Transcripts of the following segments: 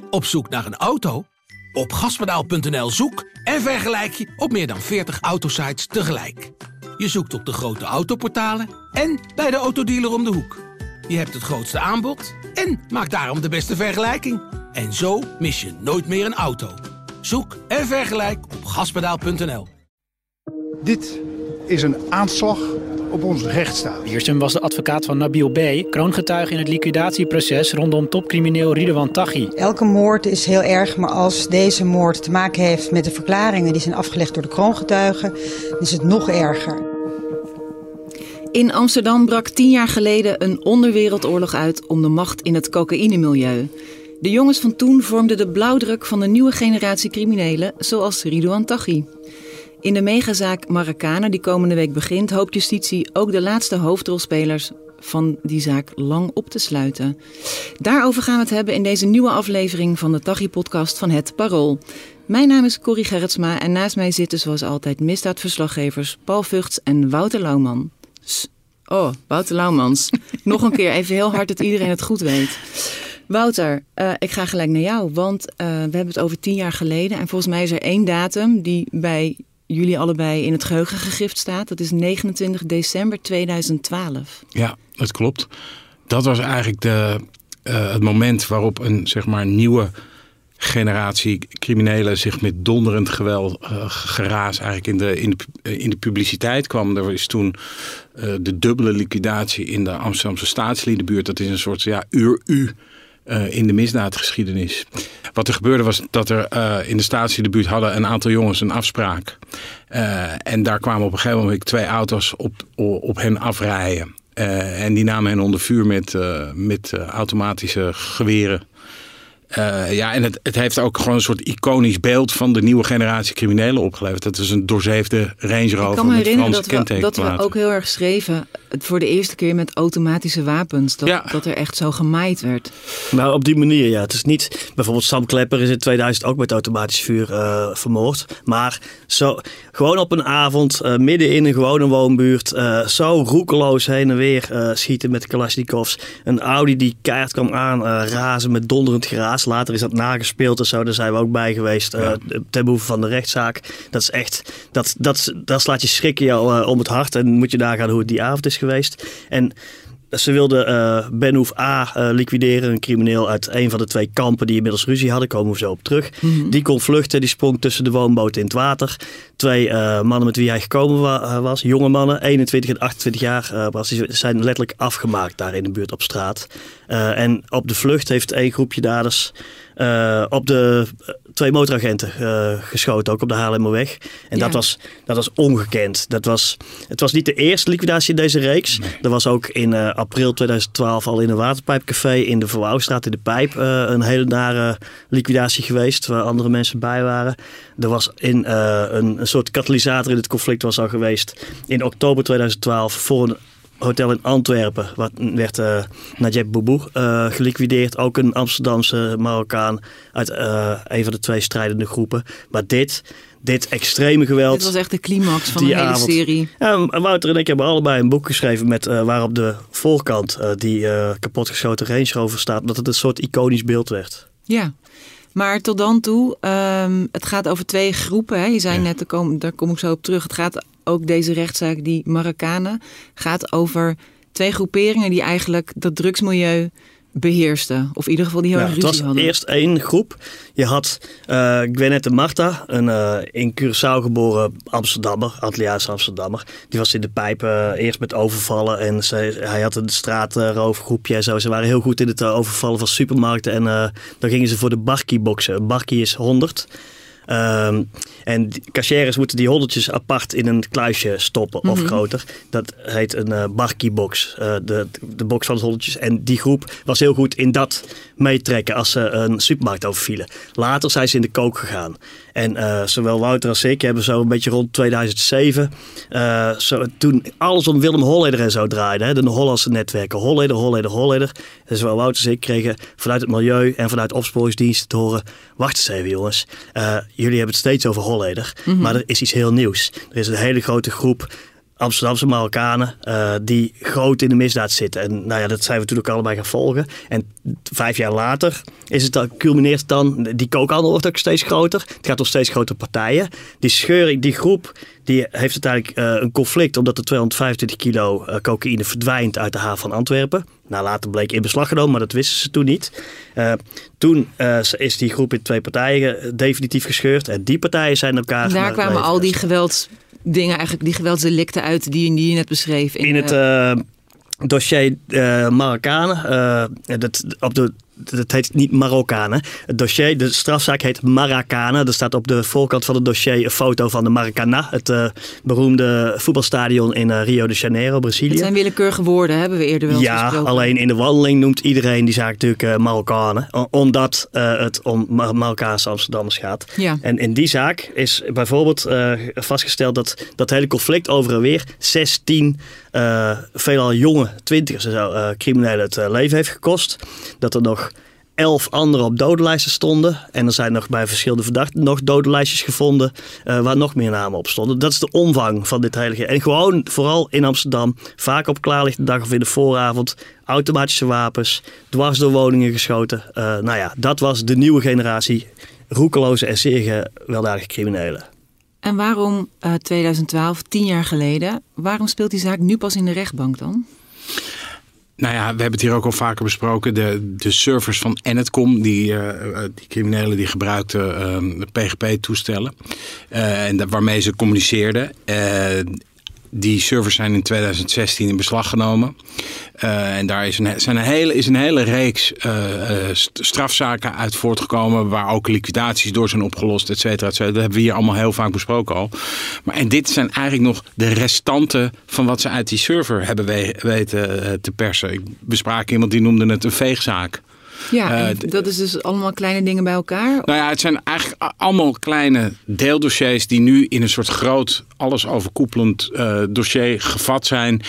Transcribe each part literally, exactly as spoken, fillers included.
Op zoek naar een auto? Op gaspedaal punt n l zoek en vergelijk je op meer dan veertig autosites tegelijk. Je zoekt op de grote autoportalen en bij de autodealer om de hoek. Je hebt het grootste aanbod en maakt daarom de beste vergelijking. En zo mis je nooit meer een auto. Zoek en vergelijk op gaspedaal punt n l. Dit is een aanslag op onze rechtsstaat. Wiersum was de advocaat van Nabil B., kroongetuige in het liquidatieproces rondom topcrimineel Ridouan Taghi. Elke moord is heel erg, maar als deze moord te maken heeft met de verklaringen die zijn afgelegd door de kroongetuigen, is het nog erger. In Amsterdam brak tien jaar geleden een onderwereldoorlog uit om de macht in het cocaïnemilieu. De jongens van toen vormden de blauwdruk van de nieuwe generatie criminelen, zoals Ridouan Taghi. In de megazaak Maracana, die komende week begint, hoopt justitie ook de laatste hoofdrolspelers van die zaak lang op te sluiten. Daarover gaan we het hebben in deze nieuwe aflevering van de Taghi-podcast van Het Parool. Mijn naam is Corrie Gerritsma en naast mij zitten zoals altijd misdaadverslaggevers Paul Vugts en Wouter Lauwman. Oh, Wouter Laumans. Nog een keer, even heel hard dat iedereen het goed weet. Wouter, uh, ik ga gelijk naar jou, want uh, we hebben het over tien jaar geleden. En volgens mij is er één datum die bij jullie allebei in het geheugen gegrift staat. Dat is negenentwintig december tweeduizend twaalf. Ja, dat klopt. Dat was eigenlijk de, uh, het moment waarop een zeg maar nieuwe generatie criminelen zich met donderend geweld, uh, geraas eigenlijk in de, in, de, in de publiciteit kwam. Er is toen uh, de dubbele liquidatie in de Amsterdamse staatsliedenbuurt. Dat is een soort ja, uur-u uh, in de misdaadgeschiedenis. Wat er gebeurde was dat er uh, in de staatsliedenbuurt hadden een aantal jongens een afspraak. Uh, en daar kwamen op een gegeven moment twee auto's op, op hen afrijden. Uh, en die namen hen onder vuur met, uh, met uh, automatische geweren. Uh, ja, en het, het heeft ook gewoon een soort iconisch beeld van de nieuwe generatie criminelen opgeleverd. Dat is een doorzeefde Range Rover. Ik kan me met herinneren Franse dat we, dat we ook heel erg schreven voor de eerste keer met automatische wapens. Dat, ja. dat er echt zo gemaaid werd. Nou, op die manier, ja. Het is niet, bijvoorbeeld Sam Klepper is in tweeduizend ook met automatisch vuur uh, vermoord. Maar zo, gewoon op een avond, uh, midden in een gewone woonbuurt, uh, zo roekeloos heen en weer uh, schieten met Kalashnikovs. Een Audi die keihard kwam aan, uh, razen met donderend geraas. Later is dat nagespeeld en zo, daar zijn we ook bij geweest. Uh, ja. Ten behoeve van de rechtszaak. Dat is echt, dat, dat, dat slaat je schrikken jou uh, om het hart. En moet je nagaan hoe het die avond is geweest. En ze wilden uh, Benouf A uh, liquideren, een crimineel uit een van de twee kampen die inmiddels ruzie hadden. Komen we zo op terug. Mm-hmm. Die kon vluchten, die sprong tussen de woonboten in het water. Twee uh, mannen met wie hij gekomen wa- was, jonge mannen, eenentwintig en achtentwintig jaar, uh, was, die zijn letterlijk afgemaakt daar in de buurt op straat. Uh, en op de vlucht heeft één groepje daders uh, op de uh, twee motoragenten uh, geschoten, ook op de Haarlemmerweg. En ja. dat, was, dat was ongekend. Dat was, het was niet de eerste liquidatie in deze reeks. Nee. Er was ook in uh, april tweeduizend twaalf al in een waterpijpcafé in de Verwouwstraat in de Pijp uh, een hele nare liquidatie geweest, waar andere mensen bij waren. Er was in uh, een, een soort katalysator in het conflict was al geweest in oktober tweeduizend twaalf voor een hotel in Antwerpen. Wat werd uh, Najib Boubou uh, geliquideerd. Ook een Amsterdamse Marokkaan uit uh, een van de twee strijdende groepen. Maar dit, dit extreme geweld. Dit was echt de climax van de hele avond. serie. Ja, Wouter en ik hebben allebei een boek geschreven met uh, waar op de voorkant uh, die uh, kapotgeschoten Range Rover staat. Dat het een soort iconisch beeld werd. Ja. Maar tot dan toe, um, het gaat over twee groepen. Hè? Je zei ja. net, daar kom, daar kom ik zo op terug. Het gaat ook deze rechtszaak, die Maracana, gaat over twee groeperingen die eigenlijk dat drugsmilieu beheersten. Of in ieder geval die heel erg ja, ruzie hadden. Het was eerst één groep. Je had uh, Gwenette Marta, een uh, in Curaçao geboren Amsterdammer, Antilliaanse Amsterdammer. Die was in de Pijp uh, eerst met overvallen. En ze, hij had een straatroofgroepje en zo. Ze waren heel goed in het uh, overvallen van supermarkten. En uh, dan gingen ze voor de barkie boksen. Een barkie is honderd. Um, en cashiers moeten die honderdjes apart in een kluisje stoppen mm-hmm. of groter. Dat heet een uh, barkiebox, uh, de, de box van de honderdjes. En die groep was heel goed in dat meetrekken als ze een supermarkt overvielen. Later zijn ze in de kook gegaan. En uh, zowel Wouter als ik hebben zo een beetje rond tweeduizend zeven... Uh, zo, toen alles om Willem Holleder en zo draaide. Hè, de Hollandse netwerken. Holleder, Holleder, Holleder. En zowel Wouter als ik kregen vanuit het milieu en vanuit opsporingsdiensten te horen... Wacht eens even jongens. Uh, jullie hebben het steeds over Holleder. Mm-hmm. Maar er is iets heel nieuws. Er is een hele grote groep Amsterdamse Marokkanen uh, die groot in de misdaad zitten. En nou ja, dat zijn we natuurlijk allebei gaan volgen. En vijf jaar later is het dan, culmineert dan, die kookhandel wordt ook steeds groter. Het gaat om steeds grotere partijen. Die scheuring, die groep, die heeft uiteindelijk uh, een conflict omdat er tweehonderdvijfentwintig kilo uh, cocaïne verdwijnt uit de haven van Antwerpen. Nou, later bleek in beslag genomen, maar dat wisten ze toen niet. Uh, toen uh, is die groep in twee partijen definitief gescheurd. En die partijen zijn elkaar... En daar kwamen al die geweldsdingen, eigenlijk die geweldsdelicten uit die, die je net beschreef. In, in het uh, dossier uh, Marokkanen, uh, dat, op de... Dat heet niet Marokkanen. Het dossier, de strafzaak heet Maracana. Er staat op de voorkant van het dossier een foto van de Maracana. Het uh, beroemde voetbalstadion in uh, Rio de Janeiro, Brazilië. Het zijn willekeurige woorden, hebben we eerder wel eens Ja, gesproken. Alleen in de wandeling noemt iedereen die zaak natuurlijk uh, Marokkanen. Omdat uh, het om Mar- Marokkaanse Amsterdammers gaat. Ja. En in die zaak is bijvoorbeeld uh, vastgesteld dat dat hele conflict over en weer zestien uh, veelal jonge twintigers en zo, uh, criminelen het uh, leven heeft gekost. Dat er nog elf anderen op dodenlijsten stonden. En er zijn nog bij verschillende verdachten nog dodenlijstjes gevonden uh, waar nog meer namen op stonden. Dat is de omvang van dit hele... En gewoon vooral in Amsterdam, vaak op klaarlichte dag of in de vooravond, automatische wapens, dwars door woningen geschoten. Uh, nou ja, dat was de nieuwe generatie roekeloze en zeer gewelddadige criminelen. En waarom uh, tweeduizend twaalf, tien jaar geleden, waarom speelt die zaak nu pas in de rechtbank dan? Nou ja, we hebben het hier ook al vaker besproken. De, de servers van Enetcom, die, uh, die criminelen die gebruikten uh, P G P-toestellen. Uh, en de, waarmee ze communiceerden. Uh, die servers zijn in tweeduizend zestien in beslag genomen. Uh, en daar is een, zijn een hele, is een hele reeks uh, strafzaken uit voortgekomen. Waar ook liquidaties door zijn opgelost, et cetera, et cetera. Dat hebben we hier allemaal heel vaak besproken al. Maar, en dit zijn eigenlijk nog de restanten van wat ze uit die server hebben we, weten te persen. Ik besprak iemand die noemde het een veegzaak. Ja, uh, dat is dus allemaal kleine dingen bij elkaar? Nou ja, het zijn eigenlijk allemaal kleine deeldossiers die nu in een soort groot, alles overkoepelend uh, dossier gevat zijn.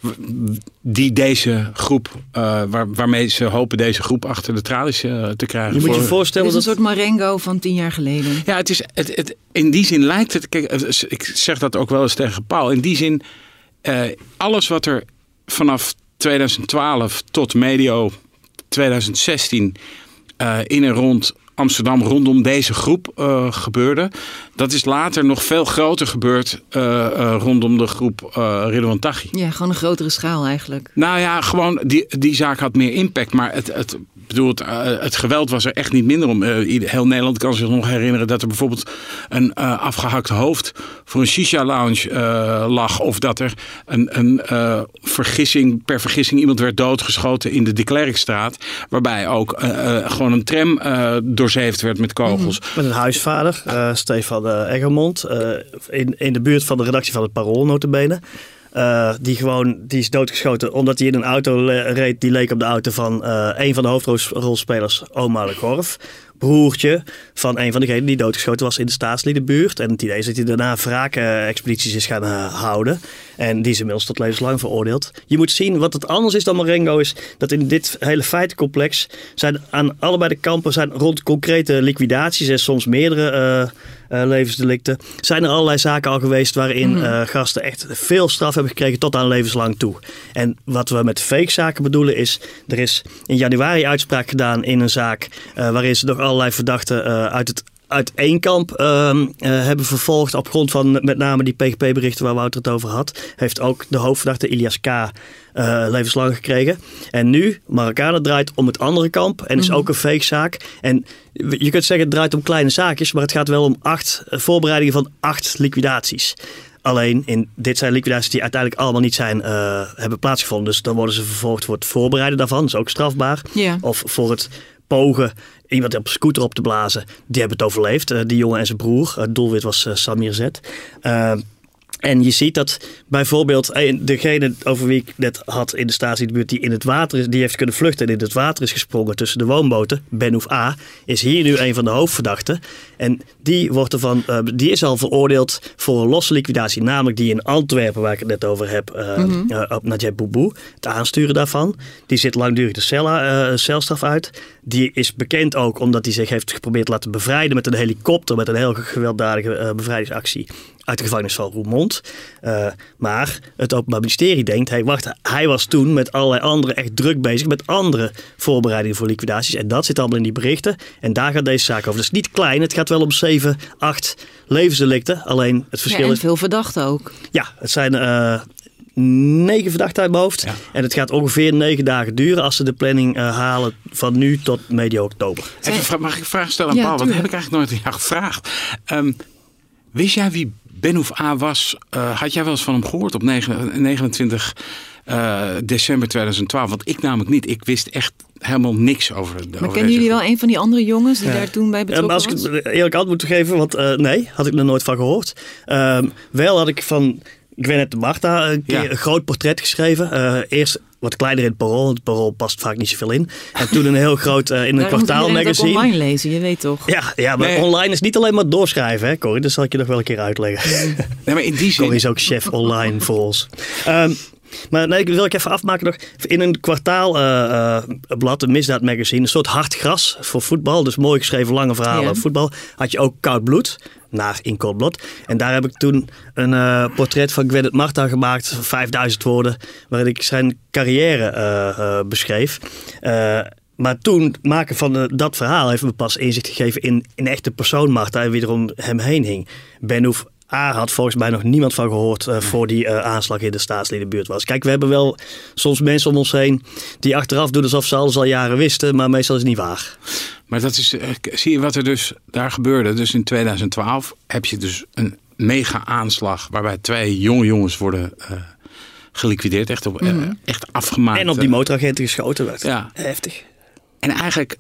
Die deze groep, uh, waar, waarmee ze hopen deze groep achter de tralies uh, te krijgen. Je moet je voorstellen het is een dat... soort Marengo van tien jaar geleden. Ja, het is, het, het, in die zin lijkt het, kijk, ik zeg dat ook wel eens tegen Paul. In die zin, uh, alles wat er vanaf tweeduizend twaalf tot medio tweeduizend zestien uh, in en rond Amsterdam rondom deze groep uh, gebeurde. Dat is later nog veel groter gebeurd uh, uh, rondom de groep uh, Ridwan Taghi. Ja, gewoon een grotere schaal eigenlijk. Nou ja, gewoon die, die zaak had meer impact. Maar het, het, bedoel, het, uh, het geweld was er echt niet minder om. Uh, heel Nederland kan zich nog herinneren dat er bijvoorbeeld een uh, afgehakt hoofd voor een shisha-lounge uh, lag. Of dat er een, een uh, vergissing, per vergissing iemand werd doodgeschoten in de De Klerkstraat. Waarbij ook uh, uh, gewoon een tram uh, doorzeefd werd met kogels. Met een huisvader, uh, Stefan uh, Eggermond, uh, in, in de buurt van de redactie van het Parool notabene. Uh, die gewoon, die is doodgeschoten omdat hij in een auto le- reed die leek op de auto van uh, een van de hoofdrolspelers, Omar Le Gorf. Broertje van een van degenen die doodgeschoten was in de Staatsliedenbuurt. En het idee is dat hij daarna wraakexpedities is gaan uh, houden. En die is inmiddels tot levenslang veroordeeld. Je moet zien, wat het anders is dan Marengo is dat in dit hele feitencomplex zijn aan allebei de kampen zijn rond concrete liquidaties en soms meerdere uh, uh, levensdelicten. Zijn er allerlei zaken al geweest waarin mm-hmm. uh, gasten echt veel straf hebben gekregen tot aan levenslang toe. En wat we met fake zaken bedoelen is, er is in januari uitspraak gedaan in een zaak uh, waarin ze nog allerlei verdachten uh, uit het uit één kamp uh, uh, hebben vervolgd op grond van met name die P G P-berichten waar Wouter het over had. Heeft ook de hoofdverdachte Ilias K. Uh, levenslang gekregen. En nu, Marokkanen draait om het andere kamp en is mm-hmm. ook een fake zaak. En je kunt zeggen het draait om kleine zaakjes, maar het gaat wel om acht uh, voorbereidingen van acht liquidaties. Alleen, in, dit zijn liquidaties die uiteindelijk allemaal niet zijn, uh, hebben plaatsgevonden. Dus dan worden ze vervolgd voor het voorbereiden daarvan. Dat is ook strafbaar. Yeah. Of voor het pogen iemand op een scooter op te blazen. Die hebben het overleefd. Uh, die jongen en zijn broer. Het doelwit was uh, Samir Z. Uh, En je ziet dat bijvoorbeeld degene over wie ik net had in de Staatsbuurt die in het water is, die heeft kunnen vluchten en in het water is gesprongen tussen de woonboten, Benouf A, is hier nu een van de hoofdverdachten. En die, wordt ervan, uh, die is al veroordeeld voor een losse liquidatie, namelijk die in Antwerpen, waar ik het net over heb, uh, mm-hmm. uh, op Najib Boubou, het aansturen daarvan. Die zit langdurig de cel, uh, celstraf uit. Die is bekend ook omdat hij zich heeft geprobeerd te laten bevrijden met een helikopter, met een heel gewelddadige uh, bevrijdingsactie uit de gevangenis van Roermond. Uh, maar het Openbaar Ministerie denkt, hey, wacht, hij was toen met allerlei anderen echt druk bezig met andere voorbereidingen voor liquidaties. En dat zit allemaal in die berichten. En daar gaat deze zaak over. Dus niet klein, het gaat wel om zeven, acht levensdelicten. Alleen het verschil ja, en is... veel verdachten ook. Ja, het zijn... Uh, negen verdachten uit mijn hoofd. Ja. En het gaat ongeveer negen dagen duren als ze de planning uh, halen van nu tot medio oktober. Even, mag ik een vraag stellen aan ja, Paul? Tuurlijk. Dat heb ik eigenlijk nooit aan jou gevraagd. Um, wist jij wie Benouf A was? Uh, had jij wel eens van hem gehoord op negenentwintig uh, december tweeduizend twaalf? Want ik namelijk niet. Ik wist echt helemaal niks over de Maar kennen jullie wel een van die andere jongens die ja. daar toen bij betrokken was? Um, als ik het eerlijk antwoord moet geven, want uh, nee, had ik er nooit van gehoord. Um, wel had ik van... Ik weet net de Marta een keer ja. een groot portret geschreven. Uh, eerst wat kleiner in het Parool. Want het Parool past vaak niet zoveel in. En toen een heel groot uh, in een kwartaalmagazine. Je online lezen, je weet toch? Ja, ja maar nee. online is niet alleen maar doorschrijven, hè, Corrie. Dat zal ik je nog wel een keer uitleggen. Nee, maar in die zin... Corrie is ook chef online voor ons. Um, Maar nee, wil ik even afmaken nog. In een kwartaalblad, uh, een misdaadmagazine, een soort hard gras voor voetbal. Dus mooi geschreven lange verhalen ja. over voetbal. Had je ook Koud Bloed, naar In Cold Blood. En daar heb ik toen een uh, portret van Gwyneth Marta gemaakt, van vijfduizend woorden, waarin ik zijn carrière uh, uh, beschreef. Uh, Maar toen maken van de, dat verhaal heeft me pas inzicht gegeven in een echte persoon Marta en wie er om hem heen hing. Benouf A had volgens mij nog niemand van gehoord uh, voor die uh, aanslag in de staatsliedenbuurt was. Kijk, we hebben wel soms mensen om ons heen die achteraf doen alsof ze alles al jaren wisten, maar meestal is het niet waar. Maar dat is, uh, zie je wat er dus daar gebeurde? Dus in tweeduizend twaalf heb je dus een mega aanslag waarbij twee jonge jongens worden uh, geliquideerd, echt, op, mm-hmm. uh, echt afgemaakt. En op die motoragenten geschoten werd. Ja. Heftig. En eigenlijk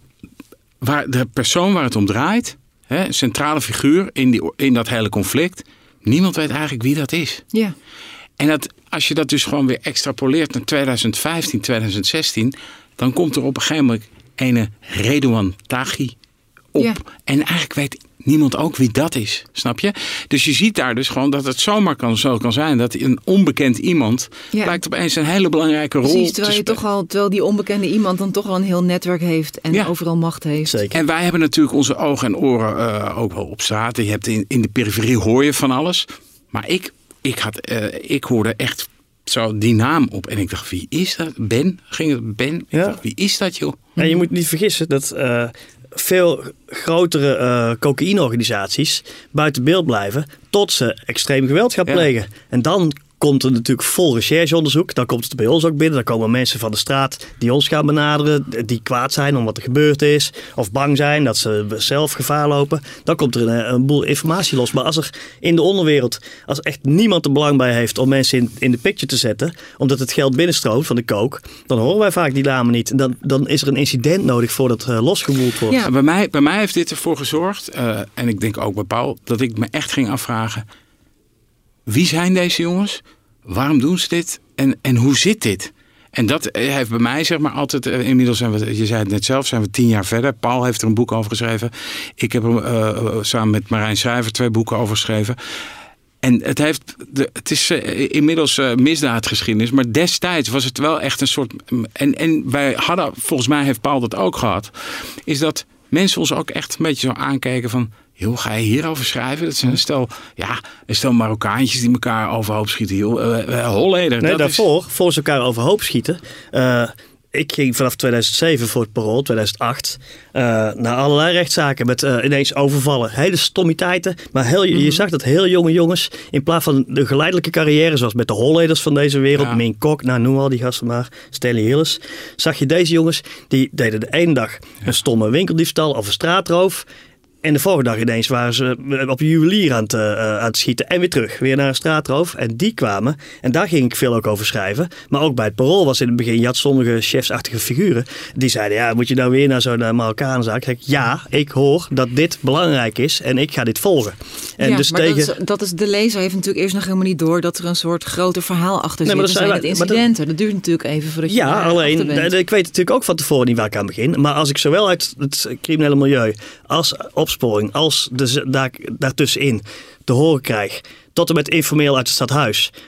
waar de persoon waar het om draait, hè, een centrale figuur in, die, in dat hele conflict, niemand weet eigenlijk wie dat is. Ja. En dat, als je dat dus gewoon weer extrapoleert naar tweeduizend vijftien, tweeduizend zestien, dan komt er op een gegeven moment ene Redouan Taghi op. Ja. En eigenlijk weet niemand ook wie dat is, snap je? Dus je ziet daar dus gewoon dat het zomaar kan, zo kan zijn dat een onbekend iemand ja. blijkt opeens een hele belangrijke rol Precies, te terwijl je spelen. toch al, terwijl die onbekende iemand dan toch wel een heel netwerk heeft en ja. overal macht heeft. Zeker. En wij hebben natuurlijk onze ogen en oren uh, ook wel op straat. Je hebt in, in de periferie hoor je van alles. Maar ik, ik, had, uh, ik hoorde echt zo die naam op en ik dacht, wie is dat? Ben? Ging het Ben? Ja. Ik dacht, wie is dat, joh? En je moet niet vergissen dat uh, veel grotere uh, cocaïneorganisaties buiten beeld blijven tot ze extreem geweld gaan plegen. Ja. En dan komt er natuurlijk vol rechercheonderzoek. Dan komt het bij ons ook binnen. Dan komen mensen van de straat die ons gaan benaderen. Die kwaad zijn om wat er gebeurd is. Of bang zijn dat ze zelf gevaar lopen. Dan komt er een, een boel informatie los. Maar als er in de onderwereld, als echt niemand er belang bij heeft om mensen in, in de picture te zetten, omdat het geld binnenstroomt van de coke, dan horen wij vaak die namen niet. En dan, dan is er een incident nodig voordat uh, losgewoeld wordt. Ja, bij mij, bij mij heeft dit ervoor gezorgd, uh, en ik denk ook bij Paul, dat ik me echt ging afvragen, wie zijn deze jongens? Waarom doen ze dit? En, en hoe zit dit? En dat heeft bij mij zeg maar altijd, uh, inmiddels zijn we, je zei het net zelf, zijn we tien jaar verder. Paul heeft er een boek over geschreven. Ik heb er uh, samen met Marijn Schrijver twee boeken over geschreven. En het, heeft de, het is uh, inmiddels uh, misdaadgeschiedenis, maar destijds was het wel echt een soort. En, en wij hadden, volgens mij heeft Paul dat ook gehad, is dat mensen ons ook echt een beetje zo aankijken van, joh, ga je hierover schrijven? Dat zijn een stel, ja, een stel Marokkaantjes die elkaar overhoop schieten. Joh. Uh, uh, Holleder. Nee, dat daarvoor, is... voor ze elkaar overhoop schieten. Uh, ik ging vanaf tweeduizend zeven voor het Parool, tweeduizend acht, uh, naar allerlei rechtszaken met uh, ineens overvallen. Hele stommiteiten, maar heel, mm-hmm. je zag dat heel jonge jongens, in plaats van de geleidelijke carrière, zoals met de Holleders van deze wereld, ja. Min Kok, nou noem al die gasten maar, Stanley Hillis, zag je deze jongens, die deden de ene dag een stomme winkeldiefstal of een straatroof. En de volgende dag ineens waren ze op een juwelier aan het, uh, aan het schieten. En weer terug, weer naar een straatroof. En die kwamen, en daar ging ik veel ook over schrijven. Maar ook bij het Parool was in het begin, je had sommige chefsachtige figuren. Die zeiden, ja, moet je nou weer naar zo'n Marokkaanzaak? Zeg ik, ja, ik hoor dat dit belangrijk is en ik ga dit volgen. En ja, dus maar tegen... dat, is, dat is, de lezer heeft natuurlijk eerst nog helemaal niet door dat er een soort groter verhaal achter zit. Nee, Dat zijn wij, het incidenten. Dat... dat duurt natuurlijk even voordat je Ja, alleen, bent. ik weet natuurlijk ook van tevoren niet waar ik aan begin. Maar als ik zowel uit het criminele milieu als opsporing, als de, daar, daartussenin te horen krijg, tot en met informeel uit het stadhuis, van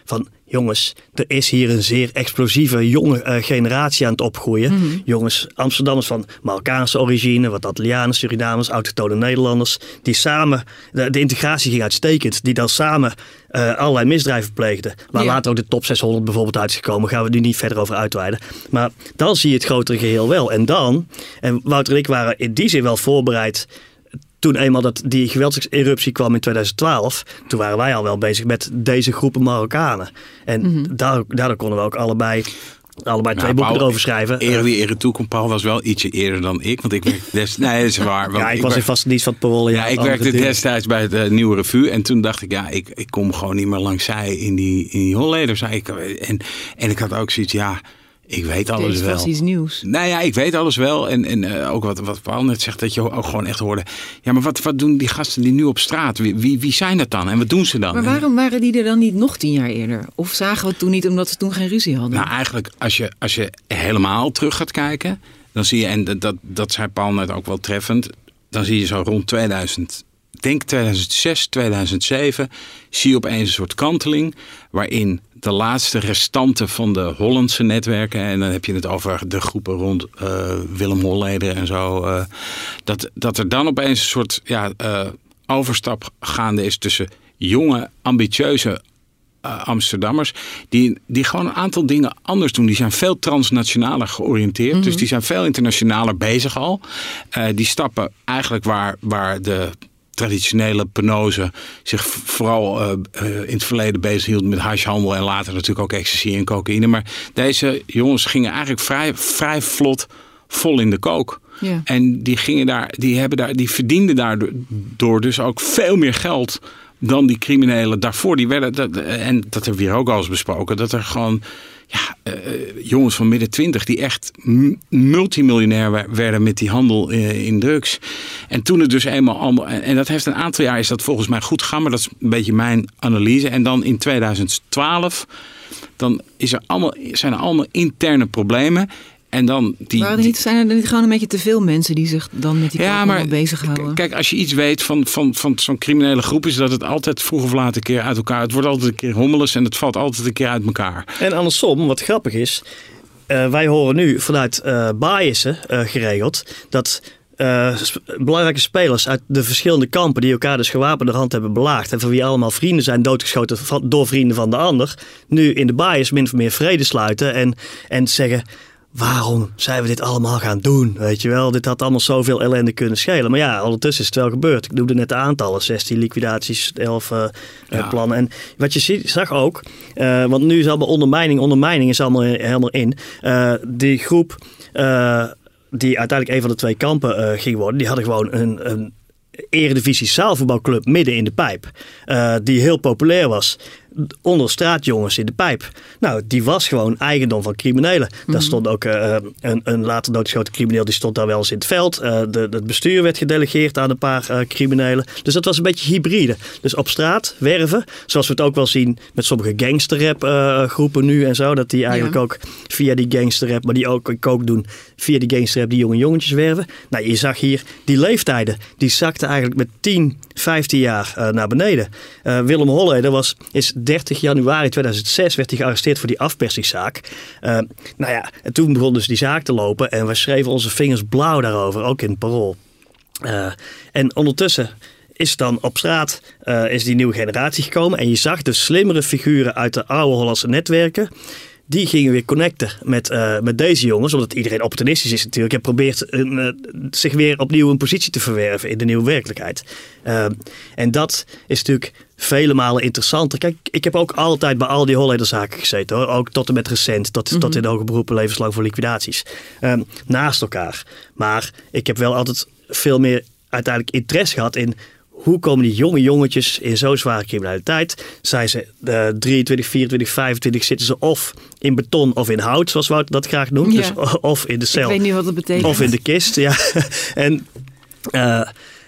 jongens, er is hier een zeer explosieve jonge uh, generatie aan het opgroeien. Mm-hmm. Jongens, Amsterdammers van Marokkaanse origine, wat Antillianen, Surinamers, autochtone Nederlanders, die samen, de, de integratie ging uitstekend, die dan samen uh, allerlei misdrijven pleegden. Waar ja. later ook de top zeshonderd bijvoorbeeld uit is gekomen, gaan we nu niet verder over uitweiden. Maar dan zie je het grotere geheel wel. En dan, en Wouter en ik waren in die zin wel voorbereid. Toen eenmaal dat die geweldseruptie kwam in tweeduizend twaalf, toen waren wij al wel bezig met deze groepen Marokkanen. En mm-hmm. daardoor, daardoor konden we ook allebei, allebei twee nou, boeken Paul, erover schrijven. Ere wie ere toekomt. Paul was wel ietsje eerder dan ik, want ik werkte destijds... Nee, dat is waar. Ja, ik, ik was in vast niet van het Parool. Ja, ik werkte dingen. destijds bij het uh, Nieuwe Revue en toen dacht ik, ja, ik, ik kom gewoon niet meer langs zij in die, in die Holleders. En, en ik had ook zoiets, ja... Ik weet alles Dit wel. was iets nieuws. Nou ja, ik weet alles wel. En, en uh, ook wat, wat Paul net zegt, dat je ook gewoon echt hoorde. Ja, maar wat, wat doen die gasten die nu op straat? Wie, wie, wie zijn dat dan? En wat doen ze dan? Maar waarom waren die er dan niet nog tien jaar eerder? Of zagen we het toen niet omdat ze toen geen ruzie hadden? Nou, eigenlijk, als je, als je helemaal terug gaat kijken, dan zie je, en dat, dat, dat zei Paul net ook wel treffend, dan zie je zo rond tweeduizend, denk tweeduizend zes, tweeduizend zeven, zie je opeens een soort kanteling waarin de laatste restanten van de Hollandse netwerken, en dan heb je het over de groepen rond uh, Willem Holleder en zo, uh, dat, dat er dan opeens een soort ja, uh, overstap gaande is tussen jonge, ambitieuze uh, Amsterdammers, die, die gewoon een aantal dingen anders doen. Die zijn veel transnationaler georiënteerd, mm-hmm. dus die zijn veel internationaler bezig al. Uh, die stappen eigenlijk waar, waar de traditionele penose zich vooral uh, uh, in het verleden bezig hield met hashhandel en later natuurlijk ook ecstasy en cocaïne. Maar deze jongens gingen eigenlijk vrij, vrij vlot vol in de kook. Ja. En die gingen daar, die hebben daar, die verdienden daardoor dus ook veel meer geld dan die criminelen daarvoor. Die werden, dat, en dat hebben we hier ook al eens besproken, dat er gewoon ja, uh, jongens van midden twintig die echt m- multimiljonair werden met die handel uh, in drugs. En toen het dus eenmaal allemaal, en dat heeft een aantal jaar is dat volgens mij goed gegaan, maar dat is een beetje mijn analyse. En dan in tweeduizend twaalf, dan is er allemaal, zijn er allemaal interne problemen. En dan die, Waren er niet, zijn er niet gewoon een beetje te veel mensen die zich dan met die ja, maar bezighouden? Kijk, als je iets weet van, van, van zo'n criminele groep, is dat het altijd vroeg of laat een keer uit elkaar. Het wordt altijd een keer hommeles en het valt altijd een keer uit elkaar. En andersom, wat grappig is, uh, wij horen nu vanuit uh, biasen uh, geregeld dat Uh, sp- belangrijke spelers uit de verschillende kampen die elkaar dus gewapende hand hebben belaagd en van wie allemaal vrienden zijn doodgeschoten van, door vrienden van de ander, nu in de bias min of meer vrede sluiten en, en zeggen, waarom zijn we dit allemaal gaan doen? Weet je wel, dit had allemaal zoveel ellende kunnen schelen. Maar ja, ondertussen is het wel gebeurd. Ik noemde net de aantallen, zestien liquidaties, elf uh, ja. plannen. En wat je ziet, zag ook, uh, want nu is allemaal ondermijning, ondermijning is allemaal helemaal in. Uh, die groep Uh, die uiteindelijk een van de twee kampen uh, ging worden, die hadden gewoon een, een eredivisie zaalvoetbalclub midden in de pijp. Uh, die heel populair was. Onder straatjongens in de pijp. Nou, die was gewoon eigendom van criminelen. Mm-hmm. Daar stond ook uh, een, een later doodgeschoten crimineel, die stond daar wel eens in het veld. Uh, de, het bestuur werd gedelegeerd aan een paar uh, criminelen. Dus dat was een beetje hybride. Dus op straat, werven, zoals we het ook wel zien met sommige gangsterrap uh, groepen nu en zo. Dat die eigenlijk ja. ook via die gangsterrap, maar die ook, ook doen, via die gangsterrap die jonge jongetjes werven. Nou, je zag hier die leeftijden. Die zakten eigenlijk met tien, vijftien jaar uh, naar beneden. Uh, Willem Holleder was, is dertig januari tweeduizend zes werd hij gearresteerd voor die afpersingszaak. Uh, nou ja, en toen begon dus die zaak te lopen en wij schreven onze vingers blauw daarover, ook in het Parool. Uh, en ondertussen is dan op straat uh, is die nieuwe generatie gekomen en je zag de slimmere figuren uit de oude Hollandse netwerken. Die gingen weer connecten met, uh, met deze jongens, omdat iedereen opportunistisch is natuurlijk en probeert uh, zich weer opnieuw een positie te verwerven in de nieuwe werkelijkheid. Uh, en dat is natuurlijk vele malen interessanter. Kijk, ik heb ook altijd bij al die Hollederzaken gezeten, hoor. Ook tot en met recent, tot, mm-hmm. tot in de hoge beroepen levenslang voor liquidaties. Uh, naast elkaar. Maar ik heb wel altijd veel meer uiteindelijk interesse gehad in hoe komen die jonge jongetjes in zo'n zware criminaliteit? Zijn ze uh, drieëntwintig, vierentwintig, vijfentwintig, zitten ze of in beton of in hout, zoals Wouter dat graag noemt. Ja. Dus of in de cel. Ik weet niet wat dat betekent. Of in de kist, ja. en uh,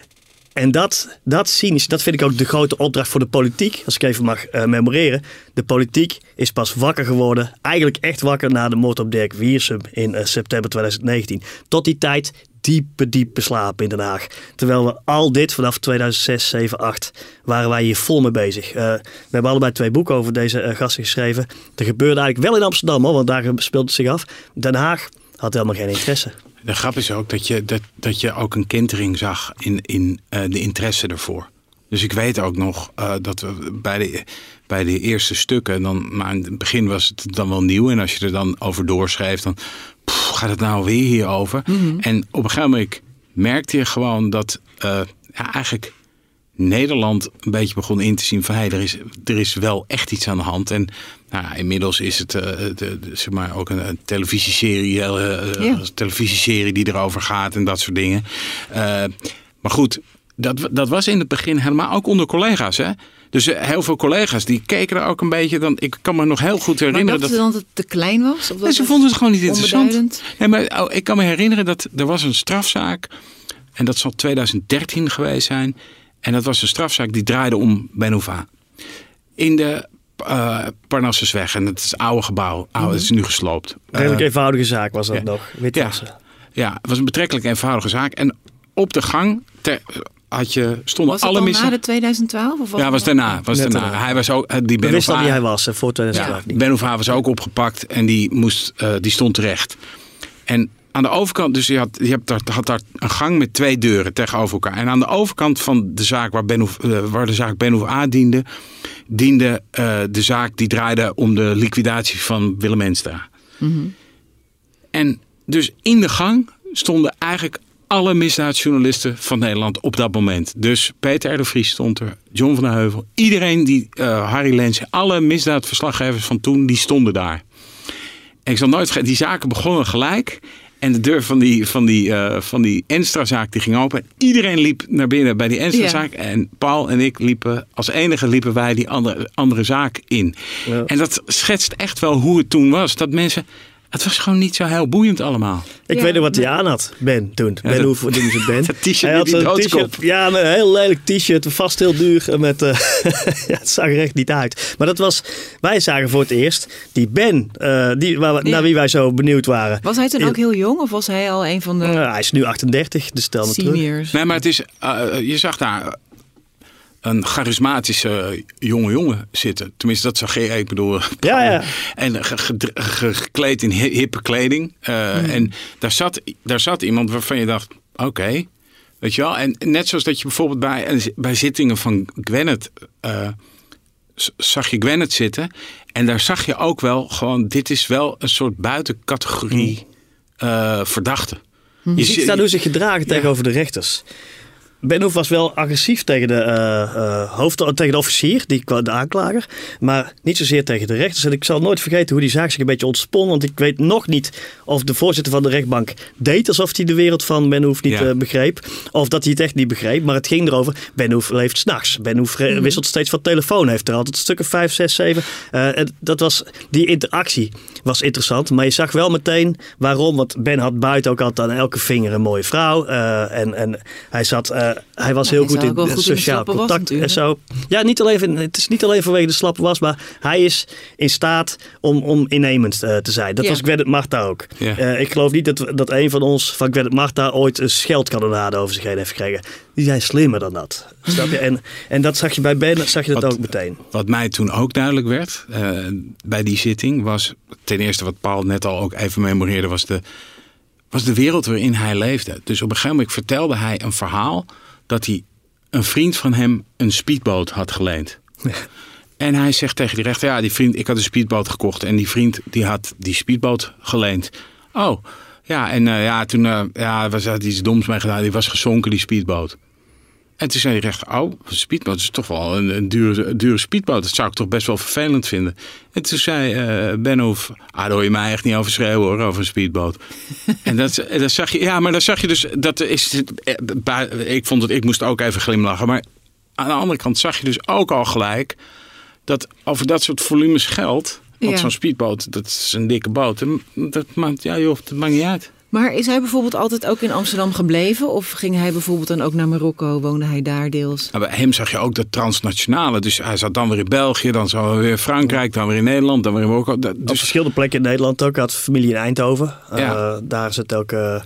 en dat, dat zien is, dat vind ik ook de grote opdracht voor de politiek, als ik even mag uh, memoreren. De politiek is pas wakker geworden, eigenlijk echt wakker na de moord op Dirk Wiersum in uh, september tweeduizend negentien. Tot die tijd diepe, diep beslapen in Den Haag. Terwijl we al dit vanaf tweeduizend zes, zeven, acht waren wij hier vol mee bezig. Uh, we hebben allebei twee boeken over deze uh, gasten geschreven. Er gebeurde eigenlijk wel in Amsterdam, hoor, want daar speelt het zich af. Den Haag had helemaal geen interesse. De grap is ook dat je, dat, dat je ook een kentering zag in, in uh, de interesse ervoor. Dus ik weet ook nog uh, dat we bij de, bij de eerste stukken, dan, maar in het begin was het dan wel nieuw. En als je er dan over doorschreef, dan pff, gaat het nou weer hierover. Mm-hmm. En op een gegeven moment merkte je gewoon dat uh, ja, eigenlijk Nederland een beetje begon in te zien van hey, er is, er is wel echt iets aan de hand. En nou, inmiddels is het uh, de, de, zeg maar ook een, een televisieserie, uh, yeah. een televisieserie die erover gaat en dat soort dingen. Uh, maar goed, dat, dat was in het begin helemaal ook onder collega's. Hè? Dus uh, heel veel collega's die keken er ook een beetje. Dan, ik kan me nog heel goed herinneren. Maar dat ze dan het te klein was? Of nee, ze vonden het gewoon niet interessant. Nee, maar oh, ik kan me herinneren dat er was een strafzaak. En dat zal tweeduizend dertien geweest zijn. En dat was een strafzaak die draaide om Ben Houfa. In de uh, Parnassusweg. En het is een oude gebouw. Oude, mm-hmm. Het is nu gesloopt. Redelijk uh, eenvoudige zaak was dat ja, nog. Witwassen. Ja, ja, het was een betrekkelijk eenvoudige zaak. En op de gang ter, had je, stonden was het alle missen. Was het na de tweeduizend twaalf? Of was ja, was daarna. Was daarna. daarna. Hij was ook, die Ben wist al wie hij was voor tweeduizend twaalf. Ja, Ben Houfa was ook opgepakt. En die, moest, uh, die stond terecht. En aan de overkant, dus je had, je hebt daar, had daar een gang met twee deuren tegenover elkaar. En aan de overkant van de zaak waar, Ben Houfa, uh, waar de zaak Ben Houfa diende, diende uh, de zaak die draaide om de liquidatie van Willem Enstra. Mm-hmm. En dus in de gang stonden eigenlijk alle misdaadjournalisten van Nederland op dat moment. Dus Peter R. de Vries stond er, John van der Heuvel, iedereen die, uh, Harry Lens, alle misdaadverslaggevers van toen, die stonden daar. En ik zal nooit vergeten, die zaken begonnen gelijk. En de deur van die, van die, uh, van die Enstra-zaak die ging open. Iedereen liep naar binnen bij die Enstra-zaak. Ja. En Paul en ik liepen, als enige liepen wij die andere, andere zaak in. Ja. En dat schetst echt wel hoe het toen was. Dat mensen, het was gewoon niet zo heel boeiend allemaal. Ik ja, weet nog wat hij aan had, Ben, toen. Ja, ben, hoe noemen ze Ben? Dat t-shirt met die doodskop. Ja, een heel lelijk t-shirt, vast heel duur. Met, uh, ja, het zag er echt niet uit. Maar dat was, wij zagen voor het eerst die Ben, uh, die, waar, ja. naar wie wij zo benieuwd waren. Was hij toen ook heel jong of was hij al een van de uh, hij is nu achtendertig, dus stel me terug. Nee, maar het is, uh, je zag daar een charismatische jonge jongen zitten. Tenminste, dat zag je. Ik bedoel, ja, ja. En gekleed in hippe kleding. Uh, mm. En daar zat, daar zat iemand waarvan je dacht, oké. Okay, weet je wel? En net zoals dat je bijvoorbeeld bij, bij zittingen van Gwennet uh, zag je Gwennet zitten. En daar zag je ook wel gewoon, dit is wel een soort buitencategorie uh, verdachte. Mm. Je, je ziet daar hoe ze gedragen ja. tegenover de rechters. Ben Houfa was wel agressief tegen de, uh, uh, hoofd, tegen de officier, die, de aanklager. Maar niet zozeer tegen de rechters. En ik zal nooit vergeten hoe die zaak zich een beetje ontspon. Want ik weet nog niet of de voorzitter van de rechtbank deed alsof hij de wereld van Ben Houfa niet ja. uh, begreep. Of dat hij het echt niet begreep. Maar het ging erover, Ben Houfa leeft 's nachts. Ben Houfa mm-hmm. wisselt steeds van telefoon. Heeft er altijd stukken vijf, zes, zeven. Uh, en dat was, die interactie was interessant. Maar je zag wel meteen waarom. Want Ben had buiten ook altijd aan elke vinger een mooie vrouw. Uh, en, en hij zat... Uh, Hij was ja, heel hij goed in goed sociaal in contact was, en zo. Ja, niet alleen, het is niet alleen vanwege de slappe was, maar hij is in staat om, om innemend uh, te zijn. Dat ja. was Gwennet Marta ook. Ja. Uh, ik geloof niet dat, dat een van ons van Gwennet Marta ooit een scheldkanonade over zich heen heeft gekregen. Die zijn slimmer dan dat. Snap je? En, en dat zag je bij Ben, zag je dat wat, ook meteen. Wat mij toen ook duidelijk werd uh, bij die zitting was ten eerste wat Paul net al ook even memoreerde, was de, was de wereld waarin hij leefde. Dus op een gegeven moment vertelde hij een verhaal dat hij een vriend van hem een speedboot had geleend. Ja. En hij zegt tegen die rechter, ja, die vriend, ik had een speedboot gekocht en die vriend die had die speedboot geleend. Oh, ja, en uh, ja, toen uh, ja, was had iets doms mee gedaan, die was gezonken, die speedboot. En toen zei die rechter, oh, een speedboot is toch wel een, een, dure, een dure speedboot. Dat zou ik toch best wel vervelend vinden. En toen zei uh, Ben Houfa, ah, daar hoor je mij echt niet over schreeuwen hoor, over een speedboot. En dat, dat zag je, ja, maar dat zag je dus, dat is, ik vond het, ik moest ook even glimlachen. Maar aan de andere kant zag je dus ook al gelijk dat over dat soort volumes geld, want ja. zo'n speedboot, dat is een dikke boot. Dat maakt, ja joh, dat maakt niet uit. Maar is hij bijvoorbeeld altijd ook in Amsterdam gebleven? Of ging hij bijvoorbeeld dan ook naar Marokko? Woonde hij daar deels? Nou, bij hem zag je ook dat transnationale. Dus hij zat dan weer in België, dan zo weer in Frankrijk, dan weer in Nederland, dan weer in Marokko. Dus... Op verschillende plekken in Nederland ook. Hij had familie in Eindhoven. Ja. Uh, daar zit ook... Uh...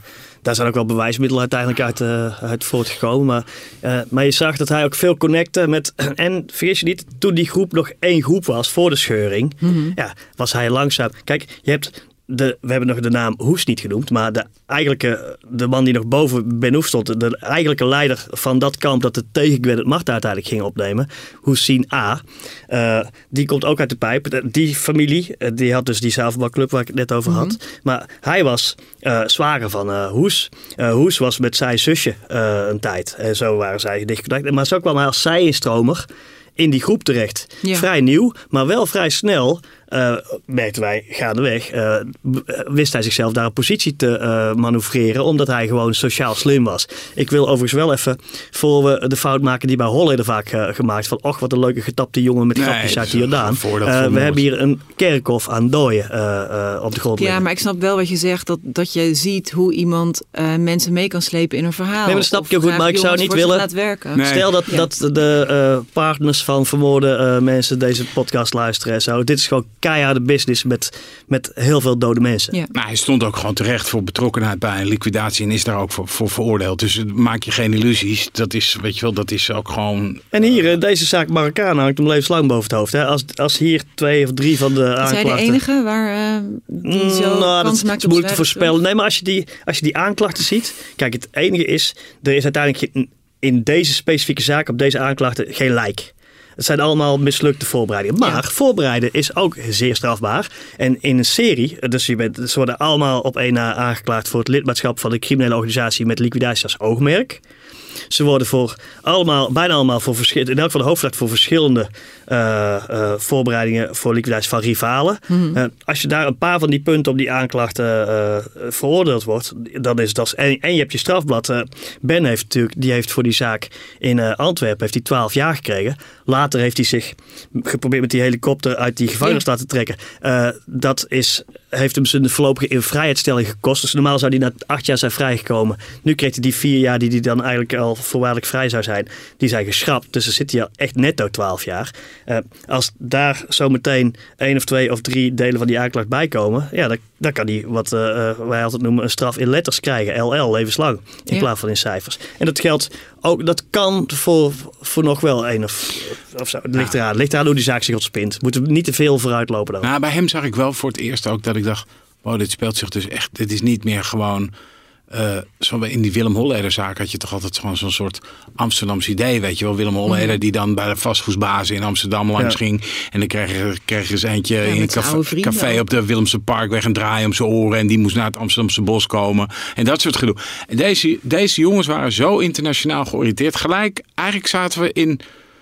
daar zijn ook wel bewijsmiddelen uiteindelijk uit, uh, uit voortgekomen. Maar, uh, maar je zag dat hij ook veel connecte met... En vergis je niet, toen die groep nog één groep was voor de scheuring... Mm-hmm. Ja, was hij langzaam... Kijk, je hebt... De, we hebben nog de naam Hoes niet genoemd, maar de eigenlijke, de man die nog boven Ben Oef stond, de eigenlijke leider van dat kamp dat de tegen Gwen het Macht uiteindelijk ging opnemen, Hoesien A, uh, die komt ook uit de pijp. Die familie, die had dus die zaalvoetbalclub waar ik het net over had. Mm-hmm. Maar hij was uh, zwager van uh, Hoes. Uh, Hoes was met zijn zusje uh, een tijd. En zo waren zij dichtgedekt. Maar zo kwam hij als zij-instromer in die groep terecht. Ja. Vrij nieuw, maar wel vrij snel... Uh, merkten wij gaandeweg, uh, wist hij zichzelf daar een positie te uh, manoeuvreren, omdat hij gewoon sociaal slim was. Ik wil overigens wel even, voor we de fout maken die bij Holleder vaak uh, gemaakt, van och, wat een leuke getapte jongen met nee, grapjes uit de Jordaan. Uh, we hebben hier een kerkhof aan dooien uh, uh, op de grond liggen. Ja, maar ik snap wel wat je zegt, dat, dat je ziet hoe iemand uh, mensen mee kan slepen in een verhaal. Nee, maar dat snap ik heel goed, maar ik zou niet willen... Nee. Stel dat, ja. dat de uh, partners van vermoorde uh, mensen deze podcast luisteren en zo. Dit is gewoon keiharde business met, met heel veel dode mensen. Ja. Nou, hij stond ook gewoon terecht voor betrokkenheid bij een liquidatie en is daar ook voor, voor veroordeeld. Dus maak je geen illusies. Dat is, weet je wel, dat is ook gewoon... En hier, deze zaak Marokkaan hangt hem levenslang boven het hoofd. Hè? Als, als hier twee of drie van de aanklachten... Is hij de enige waar uh, die zo mm, nou, kans maakt op moeilijk te voorspellen. Nee, maar als je, die, als je die aanklachten ziet... Kijk, het enige is, er is uiteindelijk in, in deze specifieke zaak op deze aanklachten geen lijk. Het zijn allemaal mislukte voorbereidingen. Maar ja. voorbereiden is ook zeer strafbaar. En in een serie, dus je bent, ze worden allemaal op één na aangeklaagd voor het lidmaatschap van de criminele organisatie met liquidatie als oogmerk. Ze worden voor allemaal, bijna allemaal voor verschillende, in elk geval de hoofdverdachte voor verschillende uh, uh, voorbereidingen voor liquidatie van rivalen. Mm-hmm. Uh, als je daar een paar van die punten op die aanklachten uh, veroordeeld wordt, dan is dat en, en je hebt je strafblad. Uh, Ben heeft natuurlijk, die heeft voor die zaak in uh, Antwerpen heeft hij twaalf jaar gekregen. Later heeft hij zich geprobeerd met die helikopter uit die gevangenis te laten trekken. Uh, dat is, heeft hem zijn voorlopige invrijheidstelling gekost. Dus normaal zou hij na acht jaar zijn vrijgekomen. Nu kreeg hij die vier jaar die hij dan eigenlijk al voorwaardelijk vrij zou zijn, die zijn geschrapt. Dus dan zit hij al echt netto twaalf jaar. Uh, als daar zometeen één of twee of drie delen van die aanklacht bij komen, ja, dan, dan kan hij wat uh, wij altijd noemen een straf in letters krijgen. L L, levenslang. In ja. plaats van in cijfers. En dat geldt ook, dat kan voor, voor nog wel één of, of zo. Het ligt eraan. Het ligt eraan hoe die zaak zich ontspint. Moeten we niet te veel vooruitlopen dan. Nou, bij hem zag ik wel voor het eerst ook dat ik dacht, wow, dit speelt zich dus echt, dit is niet meer gewoon... Uh, zo in die Willem Holleder-zaak had je toch altijd gewoon zo'n soort Amsterdamse idee, weet je wel. Willem Holleder mm. die dan bij de vastgoedbazen in Amsterdam langs ja. ging. En dan kreeg je, kreeg je eens eentje ja, in een café, café op de Willemse Parkweg een draai om zijn oren. En die moest naar het Amsterdamse bos komen. En dat soort gedoe. En deze, deze jongens waren zo internationaal georiënteerd. Gelijk, eigenlijk zaten we in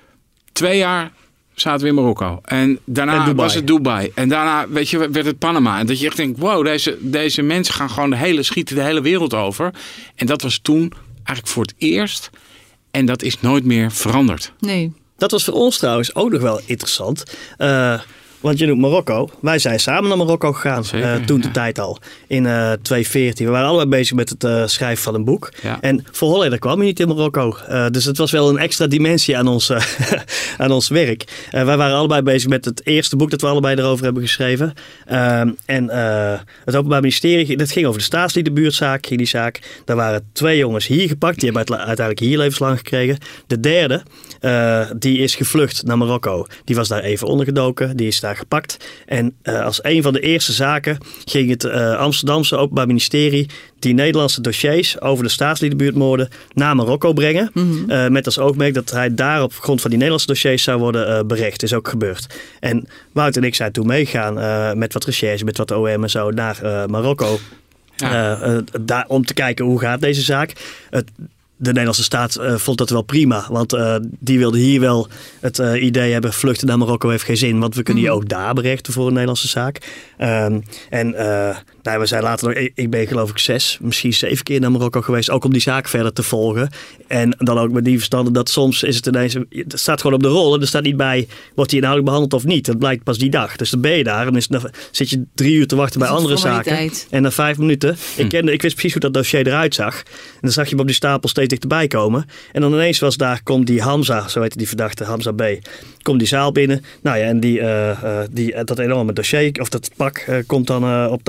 twee jaar... zaten we in Marokko. En daarna en was het Dubai. En daarna, weet je, werd het Panama. En dat je echt denkt, wow, deze, deze mensen gaan gewoon de hele, schieten de hele wereld over. En dat was toen eigenlijk voor het eerst. En dat is nooit meer veranderd. Nee. Dat was voor ons trouwens ook nog wel interessant. Uh, Want je noemt Marokko. Wij zijn samen naar Marokko gegaan. Zeker, uh, toen de ja. tijd al. In uh, tweeduizend veertien. We waren allebei bezig met het uh, schrijven van een boek. Ja. En voor Holleder kwam hij niet in Marokko. Uh, dus het was wel een extra dimensie aan ons, uh, aan ons werk. Uh, wij waren allebei bezig met het eerste boek dat we allebei erover hebben geschreven. Uh, en uh, het Openbaar Ministerie, dat ging over de staatsliedenbuurtzaak. Ging die zaak. Daar waren twee jongens hier gepakt. Die hebben uiteindelijk hier levenslang gekregen. De derde, uh, die is gevlucht naar Marokko. Die was daar even ondergedoken. Die is daar gepakt. En uh, als een van de eerste zaken ging het uh, Amsterdamse Openbaar Ministerie die Nederlandse dossiers over de staatsliedenbuurtmoorden naar Marokko brengen. Mm-hmm. Uh, met als oogmerk dat hij daar op grond van die Nederlandse dossiers zou worden uh, berecht. Is ook gebeurd. En Wout en ik zijn toen meegegaan uh, met wat recherche, met wat O M en zo naar uh, Marokko. Ja. Uh, uh, daar, om te kijken hoe gaat deze zaak. Uh, De Nederlandse staat uh, vond dat wel prima. Want uh, die wilde hier wel het uh, idee hebben, vluchten naar Marokko heeft geen zin. Want we kunnen je ook daar berechten voor een Nederlandse zaak. Um, en uh, nou, we zijn later nog, ik ben geloof ik zes, misschien zeven keer naar Marokko geweest. Ook om die zaak verder te volgen. En dan ook met die verstanden dat soms is het ineens, het staat gewoon op de rol. En er staat niet bij, wordt hij inhoudelijk behandeld of niet. Dat blijkt pas die dag. Dus dan ben je daar en is, dan zit je drie uur te wachten bij andere zaken. En na vijf minuten, hm. ik, kende, ik wist precies hoe dat dossier eruit zag. En dan zag je hem op die stapel steeds dichterbij komen. En dan ineens was daar, komt die Hamza, zo heette die verdachte, Hamza B. Komt die zaal binnen. Nou ja, en die, uh, uh, die, dat enorme dossier, of dat pak, uh, komt dan uh, op tafel.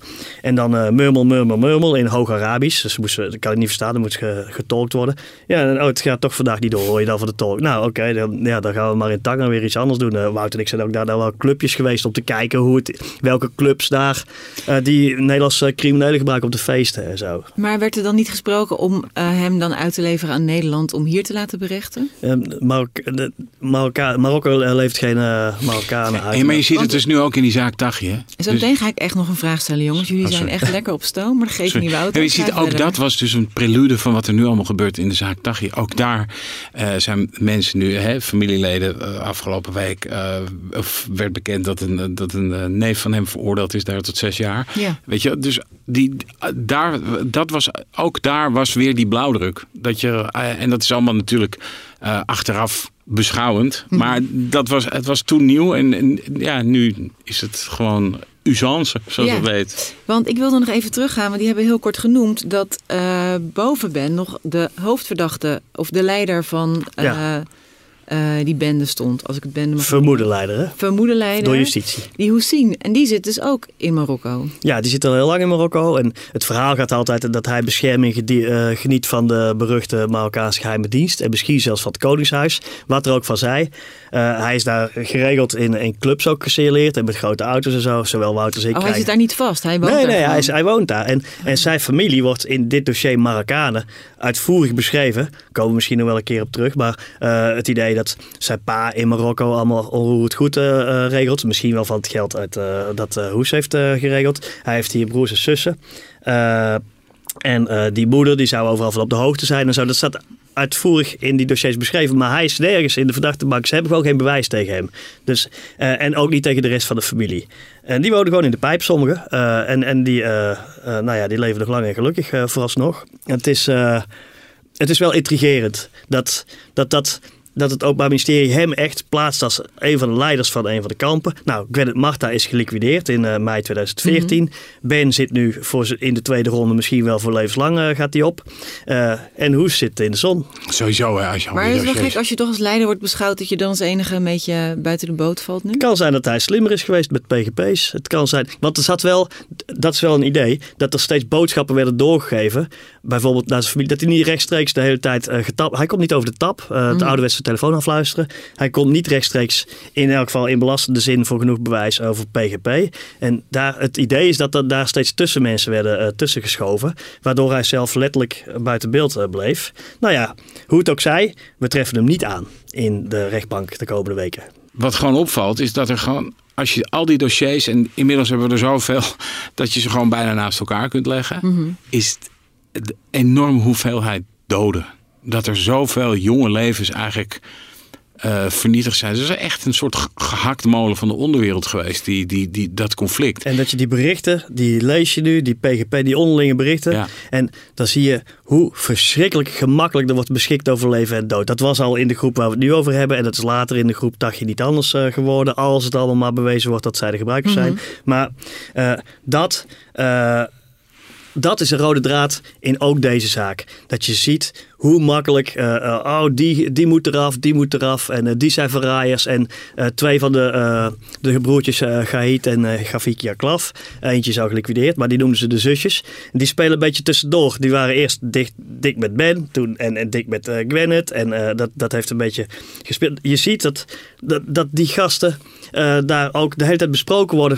En dan uh, murmel, murmel, murmel in hoog Arabisch. Dus moest, dat kan ik niet verstaan, dat moet ge, getolkt worden. Ja, en oh, het gaat toch vandaag niet door, hoor je dan van de tolk. Nou, oké, okay, dan, ja, dan gaan we maar in Tanger weer iets anders doen. Uh, Wout en ik zijn ook daar, daar wel clubjes geweest om te kijken hoe het, welke clubs daar uh, die Nederlandse criminelen gebruiken om te feesten en zo. Maar werd er dan niet gesproken om uh, hem dan uit te leveren aan Nederland om hier te laten berechten? Um, Marok- de, Marokka- Marokko levert geen uh, Marokkanen uit. Hey, maar je ziet het dus nu ook in die zaak Taghi. Hè? Zo meteen dus... ga ik echt nog een vraag stellen, jongens. Jullie oh, zijn echt lekker op stoom, maar dat geeft niet Wouter. Ja, je ziet ook verder. Dat was dus een prelude van wat er nu allemaal gebeurt in de zaak Taghi. Ook daar uh, zijn mensen nu, hè, familieleden, uh, afgelopen week uh, werd bekend dat een, dat een uh, neef van hem veroordeeld is daar tot zes jaar. Ja. Weet je, dus die, daar, dat was, ook daar was weer die blauwdruk. Dat je, uh, en dat is allemaal natuurlijk uh, achteraf beschouwend. Mm. Maar dat was, het was toen nieuw en, en ja, nu is het gewoon usance, zoals ja, we weten. Want ik wilde nog even teruggaan, want die hebben heel kort genoemd dat uh, boven Ben nog de hoofdverdachte of de leider van uh, ja. uh, die bende stond. Als ik het bende mag Vermoedenleider, hè? Vermoedenleider. Door justitie. Die Houssine. En die zit dus ook in Marokko. Ja, die zit al heel lang in Marokko. En het verhaal gaat altijd dat hij bescherming gedie, uh, geniet van de beruchte Marokkaanse geheime dienst. En misschien zelfs van het Koningshuis. Wat er ook van zij. Uh, hij is daar geregeld in, in clubs ook gesignaleerd. En met grote auto's en zo. Zowel Wout als ik. Oh, krijgen. hij zit daar niet vast? Hij woont nee, daar nee, hij, is, hij woont daar. En, oh. en zijn familie wordt in dit dossier Marokkanen uitvoerig beschreven. Daar komen we misschien nog wel een keer op terug. Maar uh, het idee dat zijn pa in Marokko allemaal onroerend goed uh, uh, regelt. Misschien wel van het geld uit, uh, dat uh, Hoes heeft uh, geregeld. Hij heeft hier broers en zussen. Uh, en uh, die moeder die zou overal van op de hoogte zijn. En zo. Dat staat uitvoerig in die dossiers beschreven. Maar hij is nergens in de verdachte bank. Ze hebben gewoon geen bewijs tegen hem. Dus, uh, en ook niet tegen de rest van de familie. En die wonen gewoon in de pijp, sommigen. Uh, en en die, uh, uh, nou ja, die leven nog lang en gelukkig uh, vooralsnog. Het is, uh, het is wel intrigerend dat dat... dat dat het Openbaar Ministerie hem echt plaatst als een van de leiders van een van de kampen. Nou, Gwennet Marta is geliquideerd in uh, mei tweeduizend veertien. Mm-hmm. Ben zit nu voor in de tweede ronde misschien wel voor levenslang uh, gaat hij op. Uh, en Hoes zit in de zon. Sowieso. Hè, als je maar het is wel gek als je toch als leider wordt beschouwd dat je dan als enige een beetje buiten de boot valt nu? Het kan zijn dat hij slimmer is geweest met P G P's. Het kan zijn, want er zat wel, dat is wel een idee, dat er steeds boodschappen werden doorgegeven. Bijvoorbeeld naar zijn familie, dat hij niet rechtstreeks de hele tijd uh, getapt. Hij komt niet over de tap, uh, mm-hmm. het ouderwetse telefoon afluisteren. Hij kon niet rechtstreeks, in elk geval in belastende zin, voor genoeg bewijs over P G P. En daar, het idee is dat er daar steeds tussen mensen werden uh, tussen geschoven, waardoor hij zelf letterlijk buiten beeld uh, bleef. Nou ja, hoe het ook zij, we treffen hem niet aan in de rechtbank de komende weken. Wat gewoon opvalt is dat er gewoon, als je al die dossiers, en inmiddels hebben we er zoveel, dat je ze gewoon bijna naast elkaar kunt leggen, mm-hmm. is de enorme hoeveelheid doden. Dat er zoveel jonge levens eigenlijk uh, vernietigd zijn. Dus het is echt een soort gehakte molen van de onderwereld geweest, die, die, die, dat conflict. En dat je die berichten, die lees je nu, die P G P, die onderlinge berichten. Ja. En dan zie je hoe verschrikkelijk gemakkelijk er wordt beschikt over leven en dood. Dat was al in de groep waar we het nu over hebben. En dat is later in de groep Taghi niet anders uh, geworden. Als het allemaal maar bewezen wordt dat zij de gebruikers mm-hmm. zijn. Maar uh, dat... Uh, Dat is een rode draad in ook deze zaak. Dat je ziet hoe makkelijk, uh, uh, oh die, die moet eraf, die moet eraf. En uh, die zijn verraaiers. En uh, twee van de, uh, de broertjes uh, Gahit en uh, Gafiki Aklaf. Eentje is al geliquideerd, maar die noemden ze de zusjes. En die spelen een beetje tussendoor. Die waren eerst dik, dik met Ben toen, en, en dik met uh, Gwennet. En uh, dat, dat heeft een beetje gespeeld. Je ziet dat, dat, dat die gasten uh, daar ook de hele tijd besproken worden.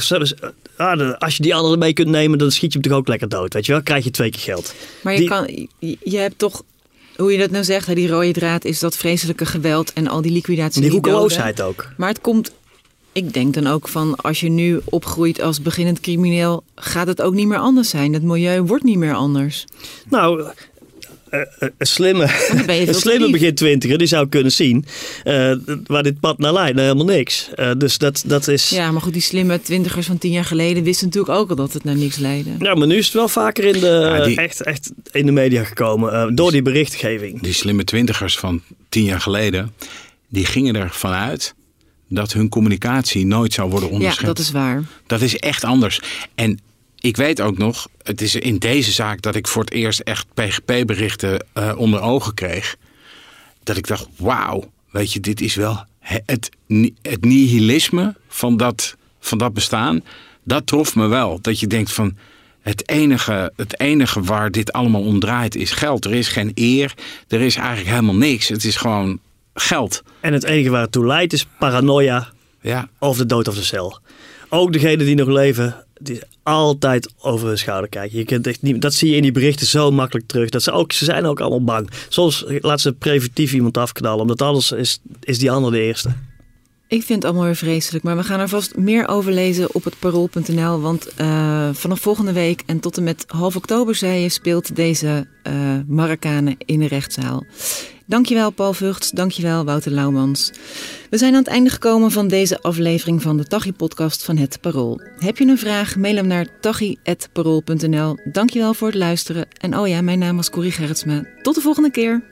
Ah, als je die anderen mee kunt nemen, dan schiet je hem toch ook lekker dood. Weet je wel, krijg je twee keer geld. Maar je, die, kan, je, je hebt toch, hoe je dat nou zegt, die rode draad is dat vreselijke geweld en al die liquidatie. Die roekeloosheid ook. Maar het komt, ik denk dan ook van, als je nu opgroeit als beginnend crimineel, gaat het ook niet meer anders zijn. Het milieu wordt niet meer anders. Nou... Uh, uh, een slimme, een slimme begin twintiger, die zou kunnen zien uh, waar dit pad naar leidt, nou, helemaal niks. Uh, dus dat, dat is... Ja, maar goed, die slimme twintigers van tien jaar geleden wisten natuurlijk ook al dat het naar niks leidde. Ja, maar nu is het wel vaker in de, ja, die, echt, echt in de media gekomen, uh, door die berichtgeving. Die slimme twintigers van tien jaar geleden, die gingen ervan uit dat hun communicatie nooit zou worden onderschept. Ja, dat is waar. Dat is echt anders. En ik weet ook nog, het is in deze zaak dat ik voor het eerst echt P G P-berichten uh, onder ogen kreeg. Dat ik dacht, wauw, weet je, dit is wel het, het nihilisme van dat, van dat bestaan. Dat trof me wel. Dat je denkt van, Het enige, het enige waar dit allemaal om draait is geld. Er is geen eer. Er is eigenlijk helemaal niks. Het is gewoon geld. En het enige waar het toe leidt is paranoia. Ja. Of de dood of de cel. Ook degenen die nog leven, die altijd over hun schouder kijken. Je kunt echt niet, dat zie je in die berichten zo makkelijk terug. Dat ze, ook, ze zijn ook allemaal bang. Soms laten ze preventief iemand afknallen. Omdat alles is, is die ander de eerste. Ik vind het allemaal weer vreselijk, maar we gaan er vast meer over lezen op het parool punt n l. Want uh, vanaf volgende week en tot en met half oktober, zei je, speelt deze uh, Marokkanen in de rechtszaal. Dankjewel Paul Vugts, dankjewel Wouter Laumans. We zijn aan het einde gekomen van deze aflevering van de Taghi-podcast van Het Parool. Heb je een vraag, mail hem naar taghi at parool punt n l. Dankjewel voor het luisteren. En oh ja, mijn naam was Corrie Gerritsma. Tot de volgende keer.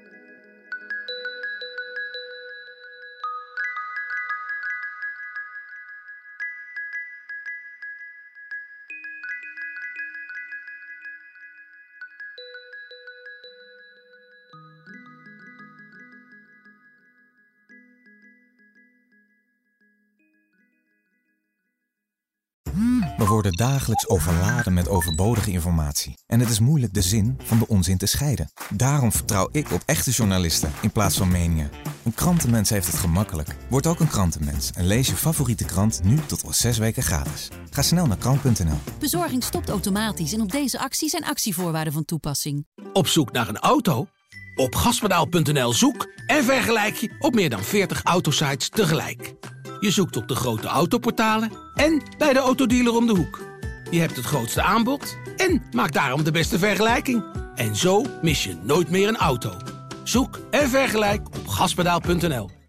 We worden dagelijks overladen met overbodige informatie. En het is moeilijk de zin van de onzin te scheiden. Daarom vertrouw ik op echte journalisten in plaats van meningen. Een krantenmens heeft het gemakkelijk. Word ook een krantenmens en lees je favoriete krant nu tot wel zes weken gratis. Ga snel naar krant punt n l. Bezorging stopt automatisch en op deze actie zijn actievoorwaarden van toepassing. Op zoek naar een auto? Op gaspedaal punt n l zoek en vergelijk je op meer dan veertig autosites tegelijk. Je zoekt op de grote autoportalen en bij de autodealer om de hoek. Je hebt het grootste aanbod en maakt daarom de beste vergelijking. En zo mis je nooit meer een auto. Zoek en vergelijk op gaspedaal punt n l.